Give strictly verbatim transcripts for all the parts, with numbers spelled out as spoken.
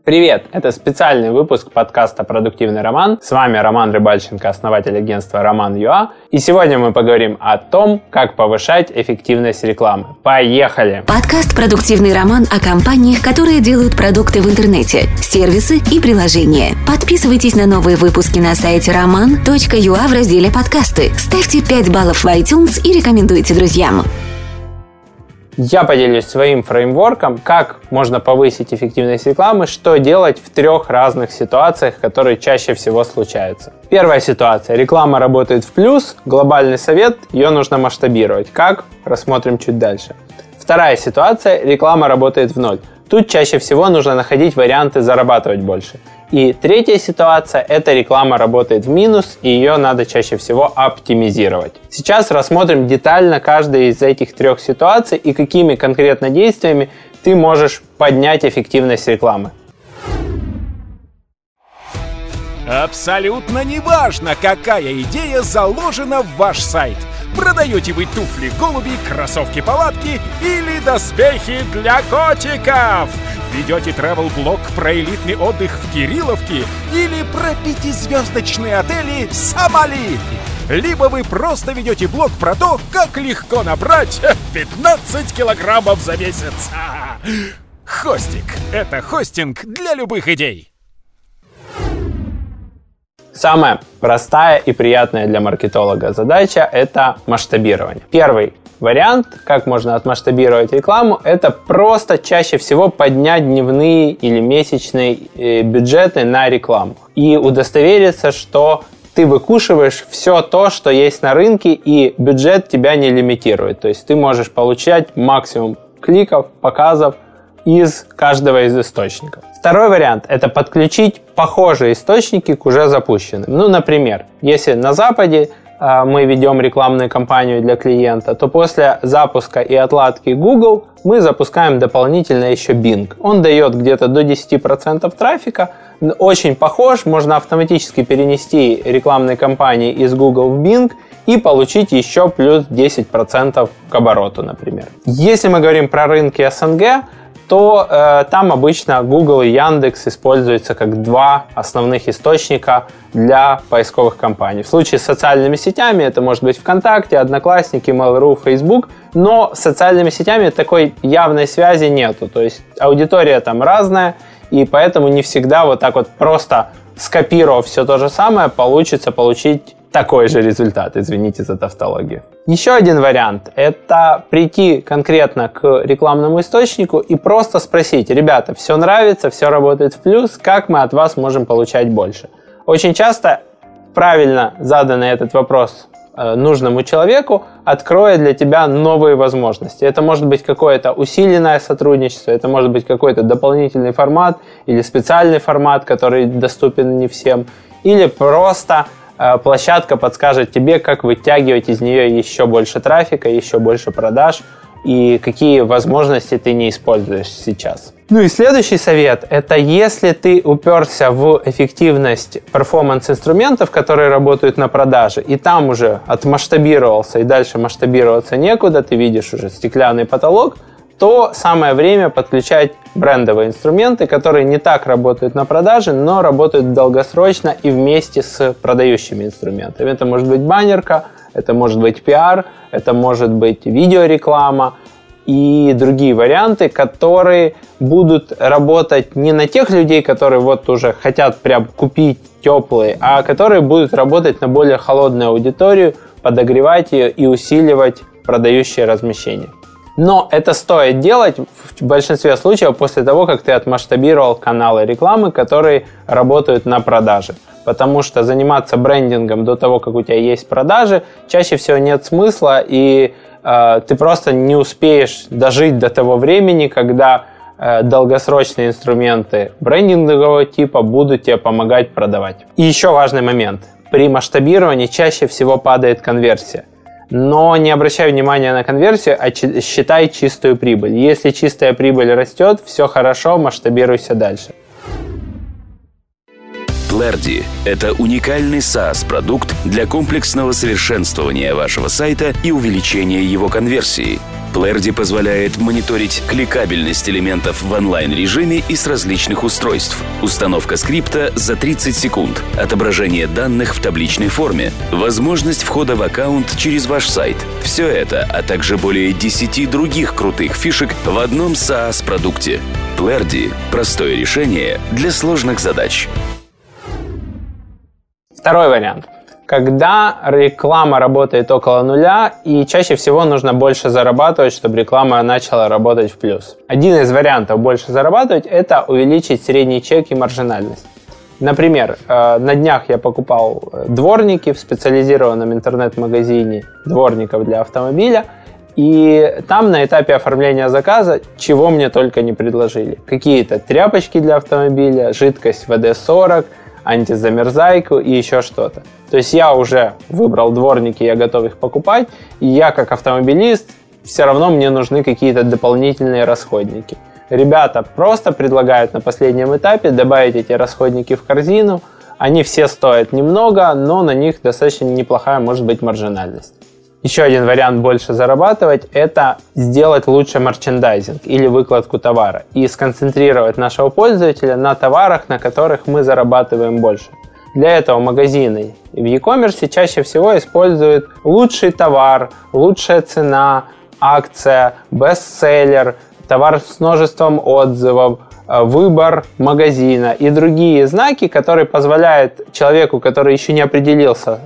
Привет! Это специальный выпуск подкаста «Продуктивный роман». С вами Роман Рыбальченко, основатель агентства Роман.ua. И сегодня мы поговорим о том, как повышать эффективность рекламы. Поехали! Подкаст «Продуктивный роман» о компаниях, которые делают продукты в интернете, сервисы и приложения. Подписывайтесь на новые выпуски на сайте роман точка ю а в разделе «Подкасты». Ставьте пять баллов в iTunes и рекомендуйте друзьям. Я поделюсь своим фреймворком, как можно повысить эффективность рекламы, что делать в трех разных ситуациях, которые чаще всего случаются. Первая ситуация. Реклама работает в плюс, глобальный совет, ее нужно масштабировать. Как? Рассмотрим чуть дальше. Вторая ситуация. Реклама работает в ноль. Тут чаще всего нужно находить варианты зарабатывать больше. И третья ситуация – это реклама работает в минус, и ее надо чаще всего оптимизировать. Сейчас рассмотрим детально каждую из этих трех ситуаций и какими конкретно действиями ты можешь поднять эффективность рекламы. Абсолютно неважно, какая идея заложена в ваш сайт. Продаете вы туфли голуби, кроссовки-палатки или доспехи для котиков? Ведете travel-блог про элитный отдых в Кирилловке или про пятизвездочные отели Сомали? Либо вы просто ведете блог про то, как легко набрать пятнадцать килограммов за месяц. Хостик – это хостинг для любых идей. Самая простая и приятная для маркетолога задача – это масштабирование. Первый вариант, как можно отмасштабировать рекламу, это просто чаще всего поднять дневные или месячные бюджеты на рекламу и удостовериться, что ты выкушиваешь все то, что есть на рынке, и бюджет тебя не лимитирует. То есть ты можешь получать максимум кликов, показов из каждого из источников. Второй вариант – это подключить похожие источники к уже запущенным. Ну, например, если на Западе э, мы ведем рекламную кампанию для клиента, то после запуска и отладки Google мы запускаем дополнительно еще Bing. Он дает где-то до десять процентов трафика, очень похож, можно автоматически перенести рекламные кампании из Google в Bing и получить еще плюс десять процентов к обороту, например. Если мы говорим про рынки эс эн гэ, то э, там обычно Google и Яндекс используются как два основных источника для поисковых кампаний. В случае с социальными сетями это может быть ВКонтакте, Одноклассники, Mail.ru, Facebook, но с социальными сетями такой явной связи нету. То есть аудитория там разная, и поэтому не всегда вот так вот просто скопировав все то же самое, получится получить такой же результат, извините за тавтологию. Еще один вариант – это прийти конкретно к рекламному источнику и просто спросить: ребята, все нравится, все работает в плюс, как мы от вас можем получать больше? Очень часто правильно заданный этот вопрос э, нужному человеку откроет для тебя новые возможности. Это может быть какое-то усиленное сотрудничество, это может быть какой-то дополнительный формат или специальный формат, который доступен не всем, или просто площадка подскажет тебе, как вытягивать из нее еще больше трафика, еще больше продаж и какие возможности ты не используешь сейчас. Ну и следующий совет – это если ты уперся в эффективность перформанс-инструментов, которые работают на продаже, и там уже отмасштабировался и дальше масштабироваться некуда, ты видишь уже стеклянный потолок, то самое время подключать брендовые инструменты, которые не так работают на продаже, но работают долгосрочно и вместе с продающими инструментами. Это может быть баннерка, это может быть пиар, это может быть видеореклама и другие варианты, которые будут работать не на тех людей, которые вот уже хотят прям купить теплые, а которые будут работать на более холодную аудиторию, подогревать ее и усиливать продающее размещение. Но это стоит делать в большинстве случаев после того, как ты отмасштабировал каналы рекламы, которые работают на продаже. Потому что заниматься брендингом до того, как у тебя есть продажи, чаще всего нет смысла, и э, ты просто не успеешь дожить до того времени, когда э, долгосрочные инструменты брендингового типа будут тебе помогать продавать. И еще важный момент. При масштабировании чаще всего падает конверсия. Но не обращай внимания на конверсию, а считай чистую прибыль. Если чистая прибыль растет, все хорошо, масштабируйся дальше. Plerdy – это уникальный SaaS-продукт для комплексного совершенствования вашего сайта и увеличения его конверсии. Plerdy позволяет мониторить кликабельность элементов в онлайн-режиме и с различных устройств, установка скрипта за тридцать секунд, отображение данных в табличной форме, возможность входа в аккаунт через ваш сайт. Все это, а также более десяти других крутых фишек в одном SaaS-продукте. Plerdy – простое решение для сложных задач. Второй вариант. Когда реклама работает около нуля, и чаще всего нужно больше зарабатывать, чтобы реклама начала работать в плюс. Один из вариантов больше зарабатывать – это увеличить средний чек и маржинальность. Например, на днях я покупал дворники в специализированном интернет-магазине дворников для автомобиля, и там на этапе оформления заказа чего мне только не предложили. Какие-то тряпочки для автомобиля, жидкость вэ дэ сорок, антизамерзайку и еще что-то. То есть я уже выбрал дворники, я готов их покупать, и я как автомобилист, все равно мне нужны какие-то дополнительные расходники. Ребята просто предлагают на последнем этапе добавить эти расходники в корзину. Они все стоят немного, но на них достаточно неплохая может быть маржинальность. Еще один вариант больше зарабатывать – это сделать лучше мерчендайзинг или выкладку товара и сконцентрировать нашего пользователя на товарах, на которых мы зарабатываем больше. Для этого магазины в e-commerce чаще всего используют лучший товар, лучшая цена, акция, бестселлер, товар с множеством отзывов, выбор магазина и другие знаки, которые позволяют человеку, который еще не определился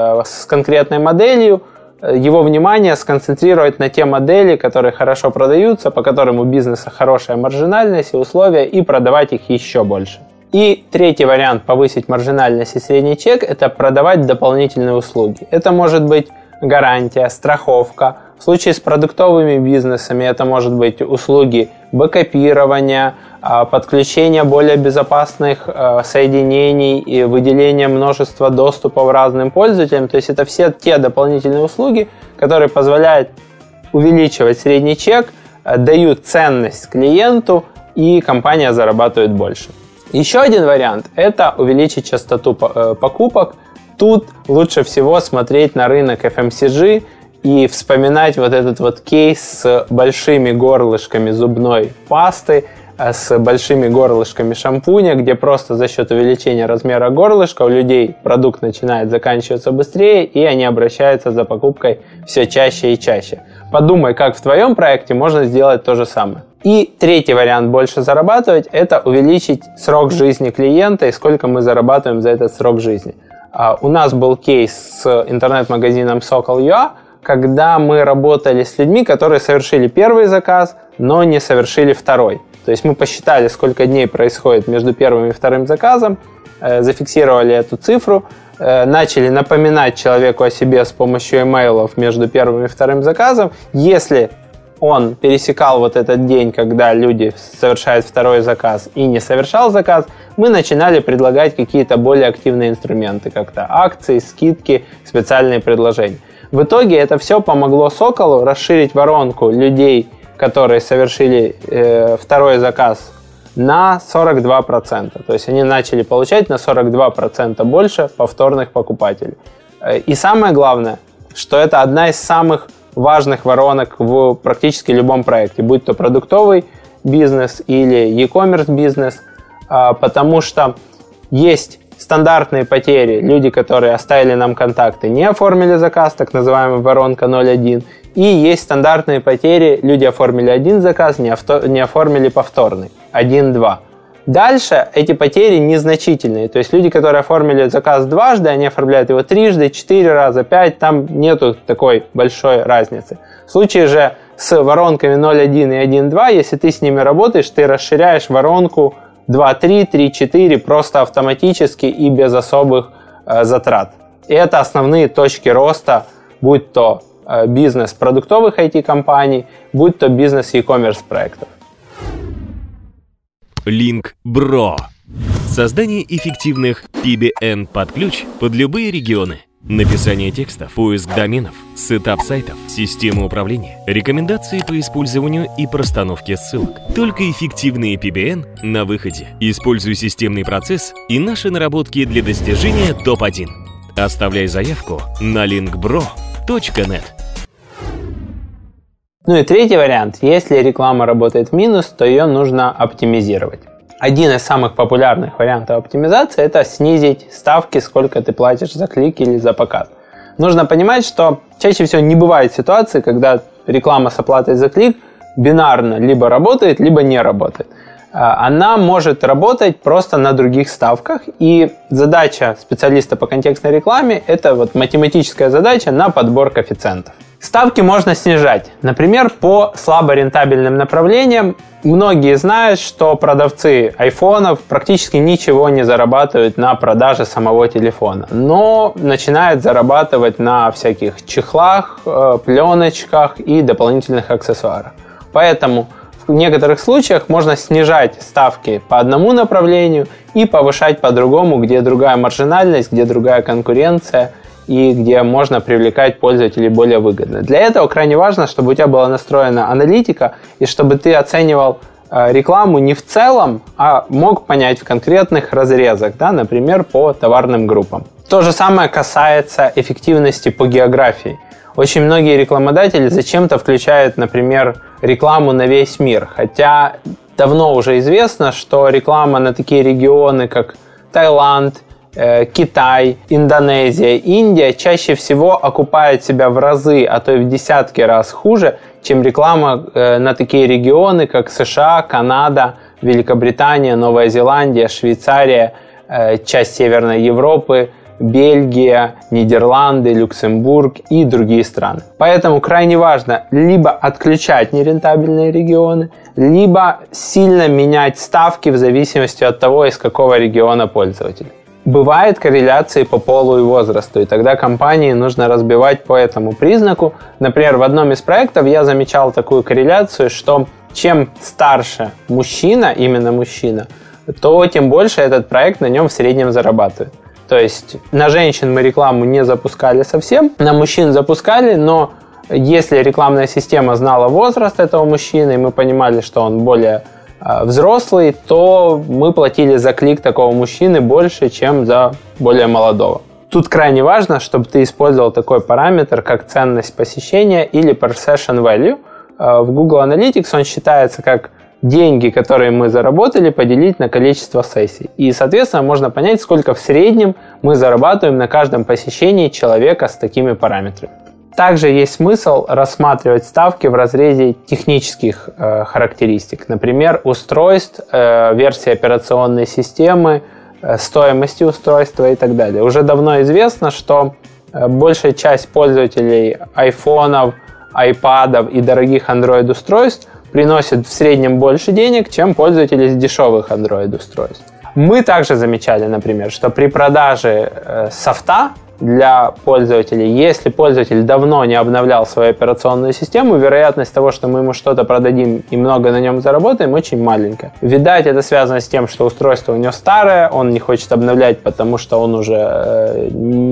с конкретной моделью, его внимание сконцентрировать на те модели, которые хорошо продаются, по которым у бизнеса хорошая маржинальность и условия, и продавать их еще больше. И третий вариант повысить маржинальность и средний чек – это продавать дополнительные услуги. Это может быть гарантия, страховка. В случае с продуктовыми бизнесами это может быть услуги бэкапирования, подключения более безопасных соединений и выделения множества доступов разным пользователям. То есть это все те дополнительные услуги, которые позволяют увеличивать средний чек, дают ценность клиенту, и компания зарабатывает больше. Еще один вариант – это увеличить частоту покупок. Тут лучше всего смотреть на рынок эф эм си джи и вспоминать вот этот вот кейс с большими горлышками зубной пасты, с большими горлышками шампуня, где просто за счет увеличения размера горлышка у людей продукт начинает заканчиваться быстрее, и они обращаются за покупкой все чаще и чаще. Подумай, как в твоем проекте можно сделать то же самое. И третий вариант больше зарабатывать – это увеличить срок жизни клиента и сколько мы зарабатываем за этот срок жизни. У нас был кейс с интернет-магазином Сокол точка ю а, когда мы работали с людьми, которые совершили первый заказ, но не совершили второй. То есть мы посчитали, сколько дней происходит между первым и вторым заказом, зафиксировали эту цифру, начали напоминать человеку о себе с помощью имейлов между первым и вторым заказом. Если он пересекал вот этот день, когда люди совершают второй заказ и не совершал заказ, мы начинали предлагать какие-то более активные инструменты, как-то акции, скидки, специальные предложения. В итоге это все помогло Соколу расширить воронку людей, которые совершили э, второй заказ, на сорок два процента. То есть они начали получать на сорок два процента больше повторных покупателей. И самое главное, что это одна из самых важных воронок в практически любом проекте, будь то продуктовый бизнес или e-commerce бизнес, потому что есть стандартные потери, люди, которые оставили нам контакты, не оформили заказ, так называемая воронка ноль один, и есть стандартные потери, люди оформили один заказ, не, авто, не оформили повторный, один-два. Дальше эти потери незначительные, то есть люди, которые оформили заказ дважды, они оформляют его трижды, четыре раза, пять, там нету такой большой разницы. В случае же с воронками ноль один и один-два, если ты с ними работаешь, ты расширяешь воронку два-три, три-четыре просто автоматически и без особых э, затрат. И это основные точки роста, будь то э, бизнес продуктовых ай ти-компаний, будь то бизнес e-commerce проектов. Link.Bro. Создание эффективных пи би эн под ключ под любые регионы. Написание текстов, поиск доменов, сетап сайтов, система управления, рекомендации по использованию и простановке ссылок. Только эффективные пи би эн на выходе. Используй системный процесс и наши наработки для достижения топ один. Оставляй заявку на линкбро точка нет. Ну и третий вариант. Если реклама работает в минус, то ее нужно оптимизировать. Один из самых популярных вариантов оптимизации – это снизить ставки, сколько ты платишь за клик или за показ. Нужно понимать, что чаще всего не бывает ситуации, когда реклама с оплатой за клик бинарно либо работает, либо не работает. Она может работать просто на других ставках, и задача специалиста по контекстной рекламе – это вот математическая задача на подбор коэффициентов. Ставки можно снижать. Например, по слаборентабельным направлениям многие знают, что продавцы айфонов практически ничего не зарабатывают на продаже самого телефона, но начинают зарабатывать на всяких чехлах, пленочках и дополнительных аксессуарах. Поэтому в некоторых случаях можно снижать ставки по одному направлению и повышать по другому, где другая маржинальность, где другая конкуренция и где можно привлекать пользователей более выгодно. Для этого крайне важно, чтобы у тебя была настроена аналитика и чтобы ты оценивал э, рекламу не в целом, а мог понять в конкретных разрезах, да, например, по товарным группам. То же самое касается эффективности по географии. Очень многие рекламодатели зачем-то включают, например, рекламу на весь мир, хотя давно уже известно, что реклама на такие регионы, как Таиланд, Китай, Индонезия, Индия чаще всего окупает себя в разы, а то и в десятки раз хуже, чем реклама на такие регионы, как США, Канада, Великобритания, Новая Зеландия, Швейцария, часть Северной Европы, Бельгия, Нидерланды, Люксембург и другие страны. Поэтому крайне важно либо отключать нерентабельные регионы, либо сильно менять ставки в зависимости от того, из какого региона пользователь. Бывают корреляции по полу и возрасту, и тогда компании нужно разбивать по этому признаку. Например, в одном из проектов я замечал такую корреляцию, что чем старше мужчина, именно мужчина, то тем больше этот проект на нем в среднем зарабатывает. То есть на женщин мы рекламу не запускали совсем, на мужчин запускали, но если рекламная система знала возраст этого мужчины, и мы понимали, что он более взрослый, то мы платили за клик такого мужчины больше, чем за более молодого. Тут крайне важно, чтобы ты использовал такой параметр, как ценность посещения или per session value. В Google Analytics он считается как деньги, которые мы заработали, поделить на количество сессий. И, соответственно, можно понять, сколько в среднем мы зарабатываем на каждом посещении человека с такими параметрами. Также есть смысл рассматривать ставки в разрезе технических э, характеристик. Например, устройств, э, версии операционной системы, э, стоимости устройства и так далее. Уже давно известно, что э, большая часть пользователей айфонов, айпадов и дорогих Android-устройств приносит в среднем больше денег, чем пользователи с дешевых Android-устройств. Мы также замечали, например, что при продаже э, софта для пользователей, если пользователь давно не обновлял свою операционную систему, вероятность того, что мы ему что-то продадим и много на нем заработаем, очень маленькая. Видать, это связано с тем, что устройство у него старое, он не хочет обновлять, потому что он уже э,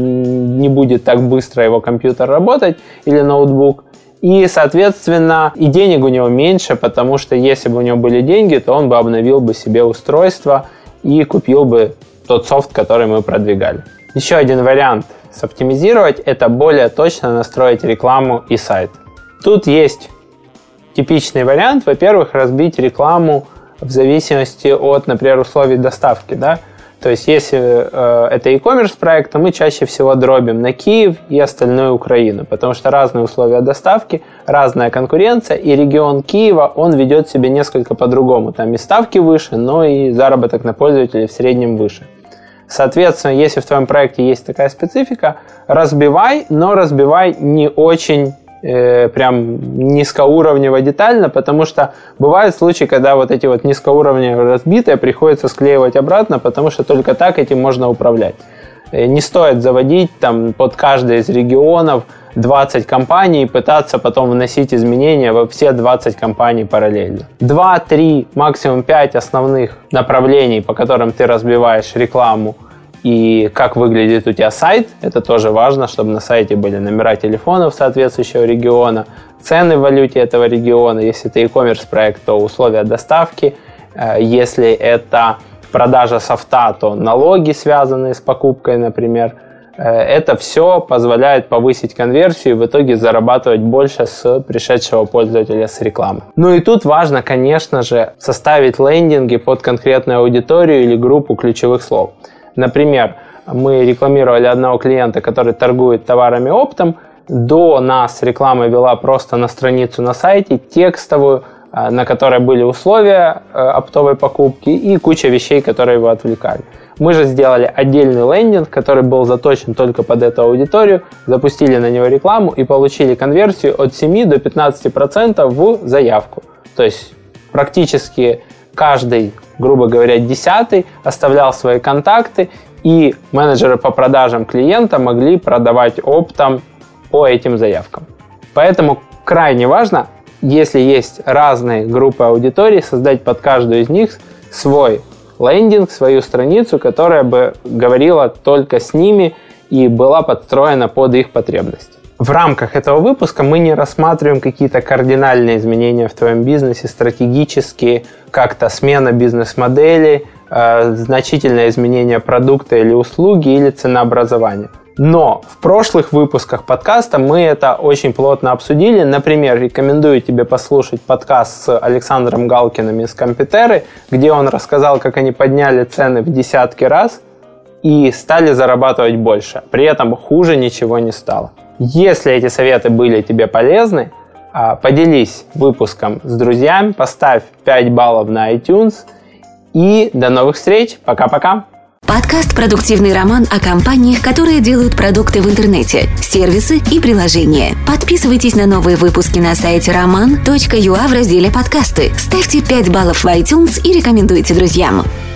не будет так быстро его компьютер работать или ноутбук. И, соответственно, и денег у него меньше, потому что если бы у него были деньги, то он бы обновил бы себе устройство и купил бы тот софт, который мы продвигали. Еще один вариант соптимизировать – это более точно настроить рекламу и сайт. Тут есть типичный вариант. Во-первых, разбить рекламу в зависимости от, например, условий доставки. Да? То есть, если э, это e-commerce проект, то мы чаще всего дробим на Киев и остальную Украину, потому что разные условия доставки, разная конкуренция, и регион Киева, он ведет себя несколько по-другому. Там и ставки выше, но и заработок на пользователей в среднем выше. Соответственно, если в твоем проекте есть такая специфика, разбивай, но разбивай не очень э, прям низкоуровнево детально, потому что бывают случаи, когда вот эти вот низкоуровневые разбитые приходится склеивать обратно, потому что только так этим можно управлять. Не стоит заводить там под каждый из регионов двадцать компаний и пытаться потом вносить изменения во все двадцать компаний параллельно. два-три, максимум пять основных направлений, по которым ты разбиваешь рекламу и как выглядит у тебя сайт. Это тоже важно, чтобы на сайте были номера телефонов соответствующего региона, цены в валюте этого региона. Если это e-commerce проект, то условия доставки. Если это продажа софта, то налоги, связанные с покупкой, например. Это все позволяет повысить конверсию и в итоге зарабатывать больше с пришедшего пользователя с рекламы. Ну и тут важно, конечно же, составить лендинги под конкретную аудиторию или группу ключевых слов. Например, мы рекламировали одного клиента, который торгует товарами оптом. До нас реклама вела просто на страницу на сайте, текстовую, на которой были условия оптовой покупки и куча вещей, которые его отвлекали. Мы же сделали отдельный лендинг, который был заточен только под эту аудиторию, запустили на него рекламу и получили конверсию от семи до пятнадцати процентов в заявку. То есть практически каждый, грубо говоря, десятый оставлял свои контакты, и менеджеры по продажам клиента могли продавать оптом по этим заявкам. Поэтому крайне важно, если есть разные группы аудитории, создать под каждую из них свой лендинг, свою страницу, которая бы говорила только с ними и была подстроена под их потребности. В рамках этого выпуска мы не рассматриваем какие-то кардинальные изменения в твоем бизнесе, стратегические, как-то смена бизнес-модели, э, значительное изменение продукта или услуги или ценообразования. Но в прошлых выпусках подкаста мы это очень плотно обсудили. Например, рекомендую тебе послушать подкаст с Александром Галкиным из Компьютеры, где он рассказал, как они подняли цены в десятки раз и стали зарабатывать больше. При этом хуже ничего не стало. Если эти советы были тебе полезны, поделись выпуском с друзьями, поставь пять баллов на iTunes и до новых встреч. Пока-пока. Подкаст «Продуктивный роман» о компаниях, которые делают продукты в интернете, сервисы и приложения. Подписывайтесь на новые выпуски на сайте роман точка ю а в разделе «Подкасты». Ставьте пять баллов в iTunes и рекомендуйте друзьям.